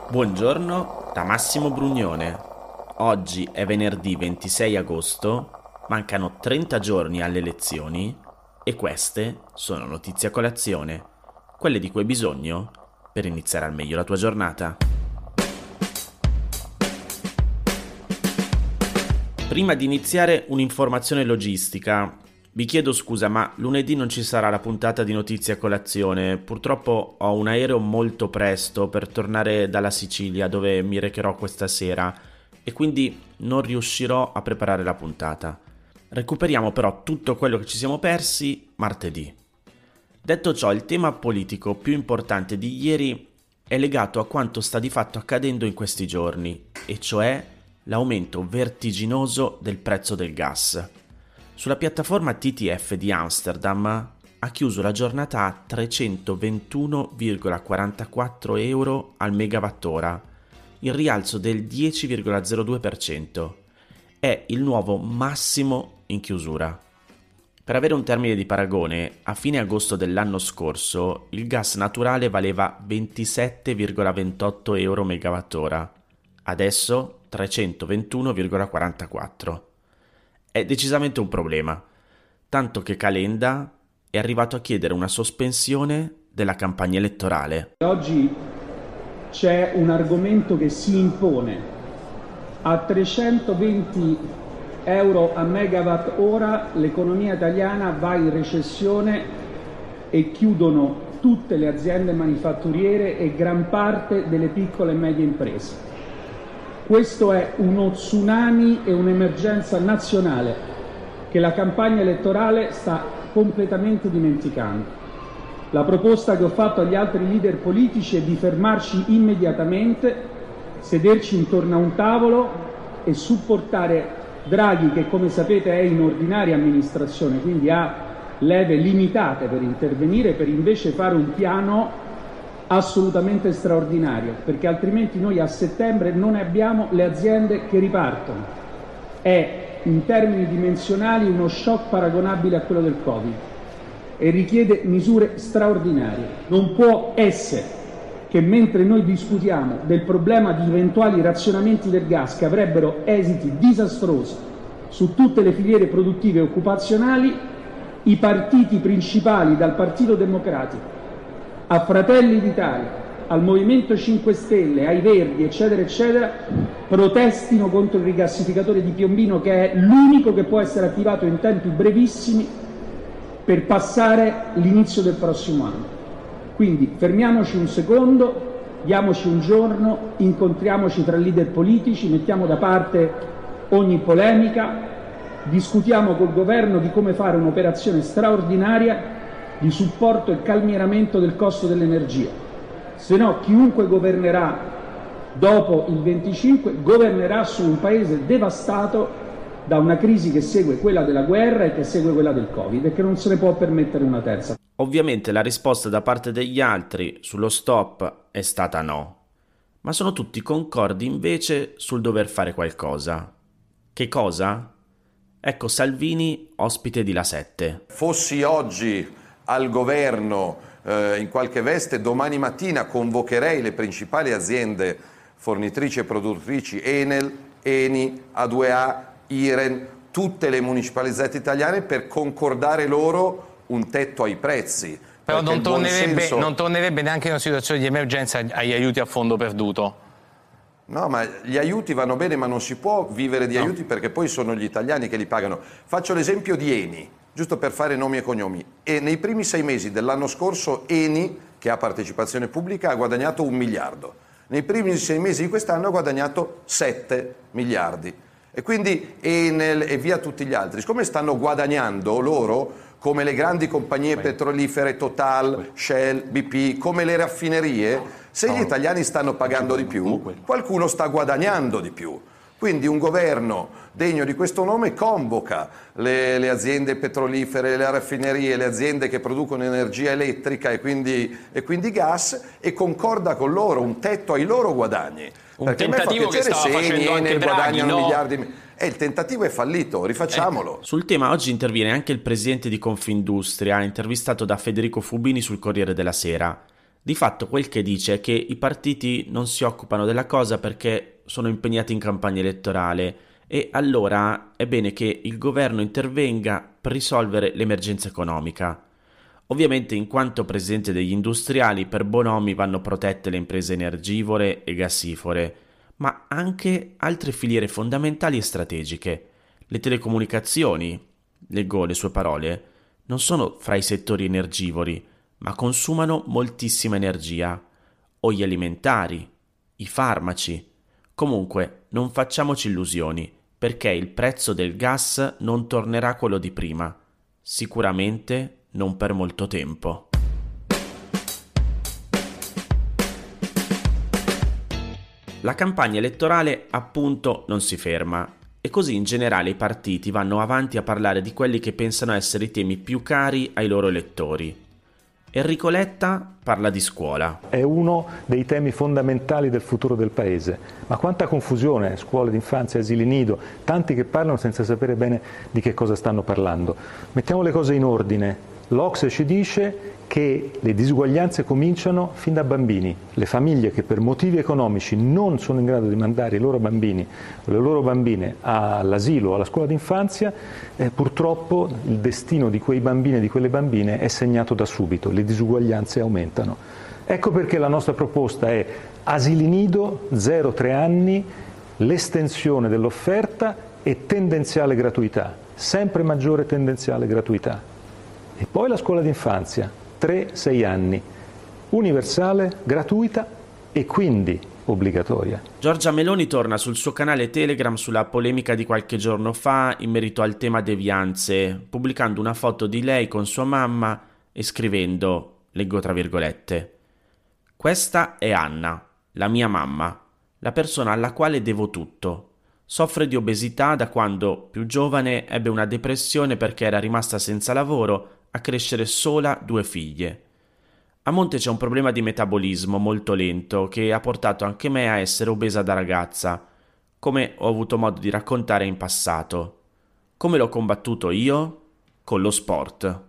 Buongiorno da Massimo Brugnone. Oggi è venerdì 26 agosto, mancano 30 giorni alle elezioni e queste sono notizie a colazione, quelle di cui hai bisogno per iniziare al meglio la tua giornata. Prima di iniziare un'informazione logistica. Vi chiedo scusa, ma lunedì non ci sarà la puntata di notizie a colazione. Purtroppo ho un aereo molto presto per tornare dalla Sicilia, dove mi recherò questa sera, e quindi non riuscirò a preparare la puntata. Recuperiamo però tutto quello che ci siamo persi martedì. Detto ciò, il tema politico più importante di ieri è legato a quanto sta di fatto accadendo in questi giorni, e cioè l'aumento vertiginoso del prezzo del gas. Sulla piattaforma TTF di Amsterdam ha chiuso la giornata a 321,44 euro al megawattora, in rialzo del 10,02%. È il nuovo massimo in chiusura. Per avere un termine di paragone, a fine agosto dell'anno scorso il gas naturale valeva 27,28 euro megawattora, adesso 321,44. È decisamente un problema, tanto che Calenda è arrivato a chiedere una sospensione della campagna elettorale. Oggi c'è un argomento che si impone. A 320 euro a megawatt ora l'economia italiana va in recessione e chiudono tutte le aziende manifatturiere e gran parte delle piccole e medie imprese. Questo è uno tsunami e un'emergenza nazionale che la campagna elettorale sta completamente dimenticando. La proposta che ho fatto agli altri leader politici è di fermarci immediatamente, sederci intorno a un tavolo e supportare Draghi, che come sapete è in ordinaria amministrazione, quindi ha leve limitate per intervenire, per invece fare un piano assolutamente straordinario, perché altrimenti noi a settembre non abbiamo le aziende che ripartono. È in termini dimensionali uno shock paragonabile a quello del Covid e richiede misure straordinarie. Non può essere che mentre noi discutiamo del problema di eventuali razionamenti del gas che avrebbero esiti disastrosi su tutte le filiere produttive e occupazionali, i partiti principali, dal Partito Democratico a Fratelli d'Italia, al Movimento 5 Stelle, ai Verdi, eccetera, eccetera, protestino contro il rigassificatore di Piombino, che è l'unico che può essere attivato in tempi brevissimi per passare l'inizio del prossimo anno. Quindi fermiamoci un secondo, diamoci un giorno, incontriamoci tra leader politici, mettiamo da parte ogni polemica, discutiamo col governo di come fare un'operazione straordinaria di supporto e calmieramento del costo dell'energia. Se no chiunque governerà dopo il 25 governerà su un paese devastato da una crisi che segue quella della guerra e che segue quella del Covid e che non se ne può permettere una terza. Ovviamente la risposta da parte degli altri sullo stop è stata no, ma sono tutti concordi invece sul dover fare qualcosa. Che cosa? Ecco Salvini ospite di La 7. Fossi oggi al governo in qualche veste, domani mattina convocherei le principali aziende fornitrici e produttrici Enel, Eni, A2A, Iren, tutte le municipalizzate italiane per concordare loro un tetto ai prezzi. Però non tornerebbe neanche in una situazione di emergenza agli aiuti a fondo perduto. No, ma gli aiuti vanno bene, ma non si può vivere di aiuti perché poi sono gli italiani che li pagano. Faccio l'esempio di Eni, giusto per fare nomi e cognomi. E nei primi 6 mesi dell'anno scorso Eni, che ha partecipazione pubblica, ha guadagnato 1 miliardo. Nei primi 6 mesi di quest'anno ha guadagnato 7 miliardi. E quindi Enel e via tutti gli altri, siccome stanno guadagnando loro, come le grandi compagnie petrolifere, Total, Shell, BP, come le raffinerie, se gli italiani stanno pagando di più, qualcuno sta guadagnando di più. Quindi un governo degno di questo nome convoca le aziende petrolifere, le raffinerie, le aziende che producono energia elettrica e quindi gas e concorda con loro un tetto ai loro guadagni. Un tentativo che stava facendo anche Draghi, no? Miliardi. Il tentativo è fallito, rifacciamolo. Sul tema oggi interviene anche il presidente di Confindustria, intervistato da Federico Fubini sul Corriere della Sera. Di fatto quel che dice è che i partiti non si occupano della cosa perché sono impegnati in campagna elettorale e allora è bene che il governo intervenga per risolvere l'emergenza economica. Ovviamente, in quanto presidente degli industriali, per Bonomi vanno protette le imprese energivore e gassifore, ma anche altre filiere fondamentali e strategiche. Le telecomunicazioni, leggo le sue parole, non sono fra i settori energivori, ma consumano moltissima energia, o gli alimentari, i farmaci. Comunque, non facciamoci illusioni, perché il prezzo del gas non tornerà quello di prima. Sicuramente non per molto tempo. La campagna elettorale, appunto, non si ferma. E così in generale i partiti vanno avanti a parlare di quelli che pensano essere i temi più cari ai loro elettori. Enrico Letta parla di scuola. È uno dei temi fondamentali del futuro del Paese. Ma quanta confusione, scuole d'infanzia, asili nido, tanti che parlano senza sapere bene di che cosa stanno parlando. Mettiamo le cose in ordine. L'Ocse ci dice che le disuguaglianze cominciano fin da bambini. Le famiglie che per motivi economici non sono in grado di mandare i loro bambini o le loro bambine all'asilo o alla scuola d'infanzia, purtroppo il destino di quei bambini e di quelle bambine è segnato da subito, le disuguaglianze aumentano. Ecco perché la nostra proposta è asili nido, 0-3 anni, l'estensione dell'offerta e tendenziale gratuità, sempre maggiore tendenziale gratuità. E poi la scuola d'infanzia, 3-6 anni, universale, gratuita e quindi obbligatoria. Giorgia Meloni torna sul suo canale Telegram sulla polemica di qualche giorno fa in merito al tema devianze, pubblicando una foto di lei con sua mamma e scrivendo, leggo tra virgolette, «Questa è Anna, la mia mamma, la persona alla quale devo tutto. Soffre di obesità da quando, più giovane, ebbe una depressione perché era rimasta senza lavoro a crescere sola 2 figlie. A monte c'è un problema di metabolismo molto lento che ha portato anche me a essere obesa da ragazza, come ho avuto modo di raccontare in passato. Come l'ho combattuto io? Con lo sport».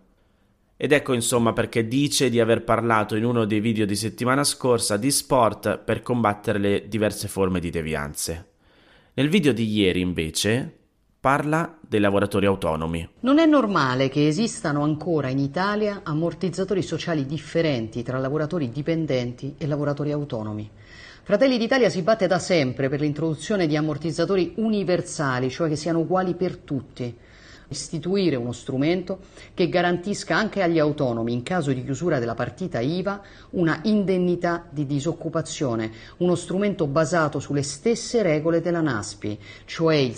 Ed ecco insomma perché dice di aver parlato in uno dei video di settimana scorsa di sport per combattere le diverse forme di devianze. Nel video di ieri, invece, parla dei lavoratori autonomi. Non è normale che esistano ancora in Italia ammortizzatori sociali differenti tra lavoratori dipendenti e lavoratori autonomi. Fratelli d'Italia si batte da sempre per l'introduzione di ammortizzatori universali, cioè che siano uguali per tutti. Istituire uno strumento che garantisca anche agli autonomi, in caso di chiusura della partita IVA, una indennità di disoccupazione, uno strumento basato sulle stesse regole della NASPI, cioè il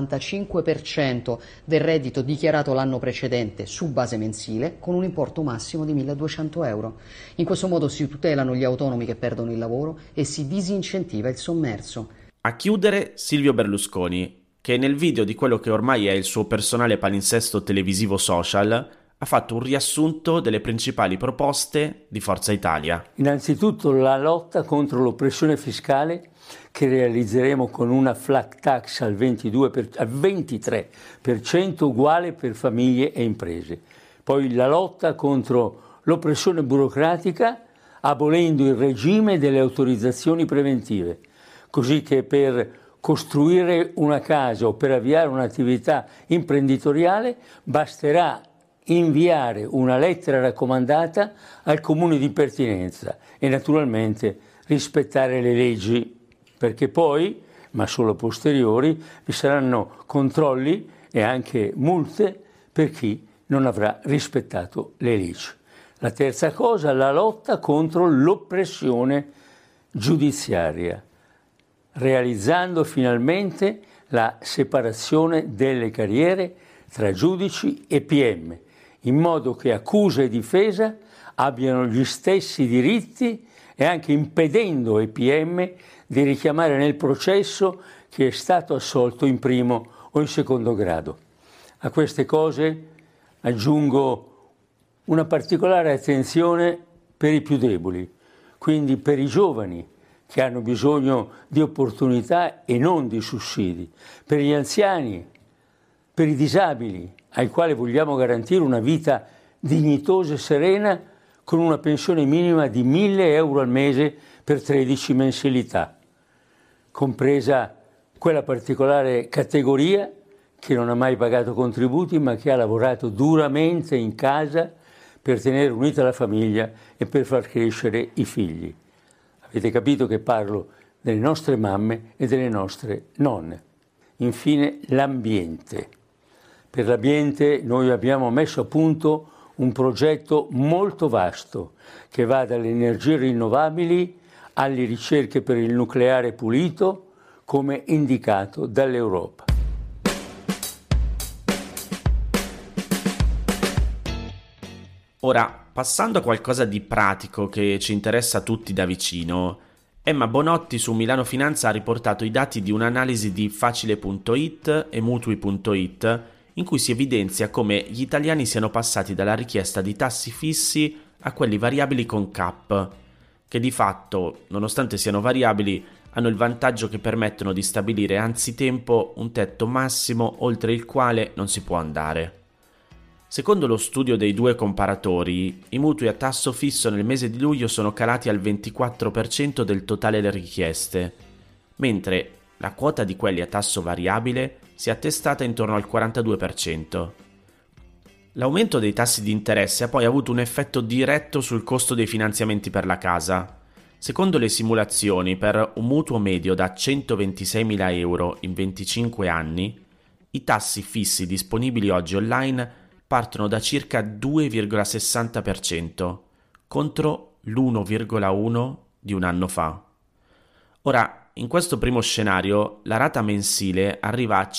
75% del reddito dichiarato l'anno precedente su base mensile con un importo massimo di 1.200 euro. In questo modo si tutelano gli autonomi che perdono il lavoro e si disincentiva il sommerso. A chiudere Silvio Berlusconi, che nel video di quello che ormai è il suo personale palinsesto televisivo social ha fatto un riassunto delle principali proposte di Forza Italia. Innanzitutto la lotta contro l'oppressione fiscale che realizzeremo con una flat tax al 23% uguale per famiglie e imprese. Poi la lotta contro l'oppressione burocratica abolendo il regime delle autorizzazioni preventive, così che per costruire una casa o per avviare un'attività imprenditoriale basterà inviare una lettera raccomandata al comune di pertinenza e naturalmente rispettare le leggi, perché poi, ma solo posteriori, vi saranno controlli e anche multe per chi non avrà rispettato le leggi. La terza cosa, la lotta contro l'oppressione giudiziaria, realizzando finalmente la separazione delle carriere tra giudici e PM, in modo che accusa e difesa abbiano gli stessi diritti e anche impedendo ai PM di richiamare nel processo chi è stato assolto in primo o in secondo grado. A queste cose aggiungo una particolare attenzione per i più deboli, quindi per i giovani, che hanno bisogno di opportunità e non di sussidi, per gli anziani, per i disabili, ai quali vogliamo garantire una vita dignitosa e serena con una pensione minima di 1.000 euro al mese per 13 mensilità, compresa quella particolare categoria che non ha mai pagato contributi ma che ha lavorato duramente in casa per tenere unita la famiglia e per far crescere i figli. Avete capito che parlo delle nostre mamme e delle nostre nonne. Infine, l'ambiente. Per l'ambiente noi abbiamo messo a punto un progetto molto vasto che va dalle energie rinnovabili alle ricerche per il nucleare pulito, come indicato dall'Europa. Ora, passando a qualcosa di pratico che ci interessa a tutti da vicino, Emma Bonotti su Milano Finanza ha riportato i dati di un'analisi di Facile.it e Mutui.it in cui si evidenzia come gli italiani siano passati dalla richiesta di tassi fissi a quelli variabili con cap, che di fatto, nonostante siano variabili, hanno il vantaggio che permettono di stabilire anzitempo un tetto massimo oltre il quale non si può andare. Secondo lo studio dei due comparatori, i mutui a tasso fisso nel mese di luglio sono calati al 24% del totale delle richieste, mentre la quota di quelli a tasso variabile si è attestata intorno al 42%. L'aumento dei tassi di interesse ha poi avuto un effetto diretto sul costo dei finanziamenti per la casa. Secondo le simulazioni, per un mutuo medio da 126.000 euro in 25 anni, i tassi fissi disponibili oggi online partono da circa 2,60% contro l'1,1% di un anno fa. Ora, in questo primo scenario, la rata mensile arriva a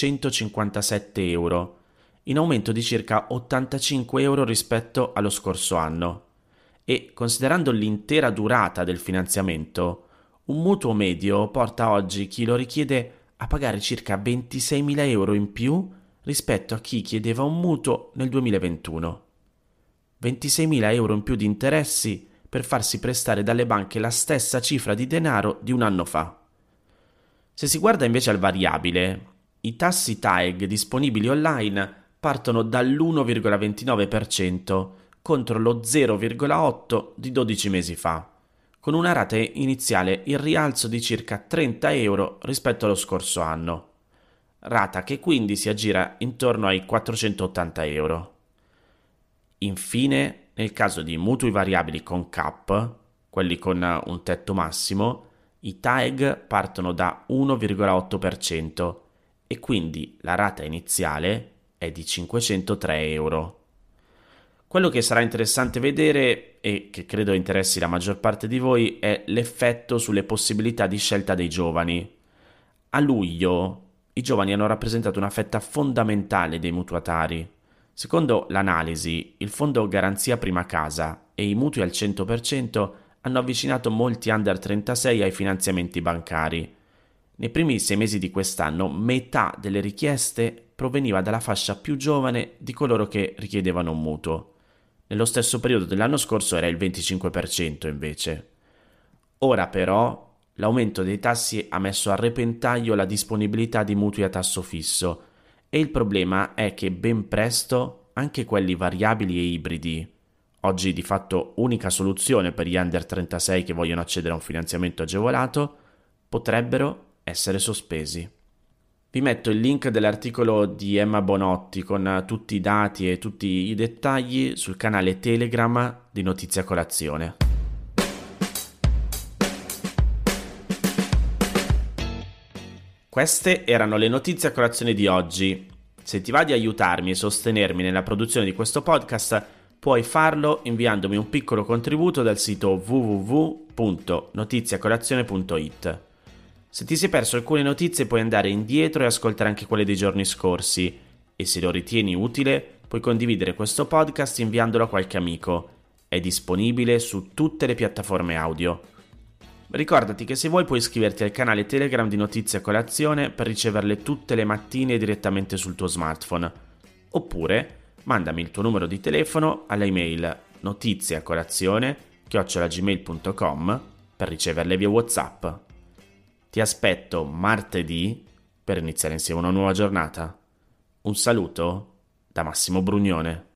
557 euro, in aumento di circa 85 euro rispetto allo scorso anno. E, considerando l'intera durata del finanziamento, un mutuo medio porta oggi chi lo richiede a pagare circa 26.000 euro in più rispetto a chi chiedeva un mutuo nel 2021. 26.000 euro in più di interessi per farsi prestare dalle banche la stessa cifra di denaro di un anno fa. Se si guarda invece al variabile, i tassi TAEG disponibili online partono dall'1,29% contro lo 0,8% di 12 mesi fa, con una rata iniziale in rialzo di circa 30 euro rispetto allo scorso anno. Rata che quindi si aggira intorno ai 480 euro. Infine, nel caso di mutui variabili con cap, quelli con un tetto massimo, i TAEG partono da 1,8% e quindi la rata iniziale è di 503 euro. Quello che sarà interessante vedere, e che credo interessi la maggior parte di voi, è l'effetto sulle possibilità di scelta dei giovani. A luglio i giovani hanno rappresentato una fetta fondamentale dei mutuatari. Secondo l'analisi, il fondo Garanzia Prima Casa e i mutui al 100% hanno avvicinato molti under 36 ai finanziamenti bancari. Nei primi 6 mesi di quest'anno, metà delle richieste proveniva dalla fascia più giovane di coloro che richiedevano un mutuo. Nello stesso periodo dell'anno scorso era il 25% invece. Ora però l'aumento dei tassi ha messo a repentaglio la disponibilità di mutui a tasso fisso e il problema è che ben presto anche quelli variabili e ibridi, oggi di fatto unica soluzione per gli under 36 che vogliono accedere a un finanziamento agevolato, potrebbero essere sospesi. Vi metto il link dell'articolo di Emma Bonotti con tutti i dati e tutti i dettagli sul canale Telegram di Notizia Colazione. Queste erano le notizie a colazione di oggi. Se ti va di aiutarmi e sostenermi nella produzione di questo podcast, puoi farlo inviandomi un piccolo contributo dal sito www.notiziacolazione.it. Se ti sei perso alcune notizie puoi andare indietro e ascoltare anche quelle dei giorni scorsi e se lo ritieni utile puoi condividere questo podcast inviandolo a qualche amico. È disponibile su tutte le piattaforme audio. Ricordati che se vuoi puoi iscriverti al canale Telegram di Notizia Colazione per riceverle tutte le mattine direttamente sul tuo smartphone. Oppure mandami il tuo numero di telefono all'email notiziacolazione@gmail.com per riceverle via WhatsApp. Ti aspetto martedì per iniziare insieme una nuova giornata. Un saluto da Massimo Brugnone.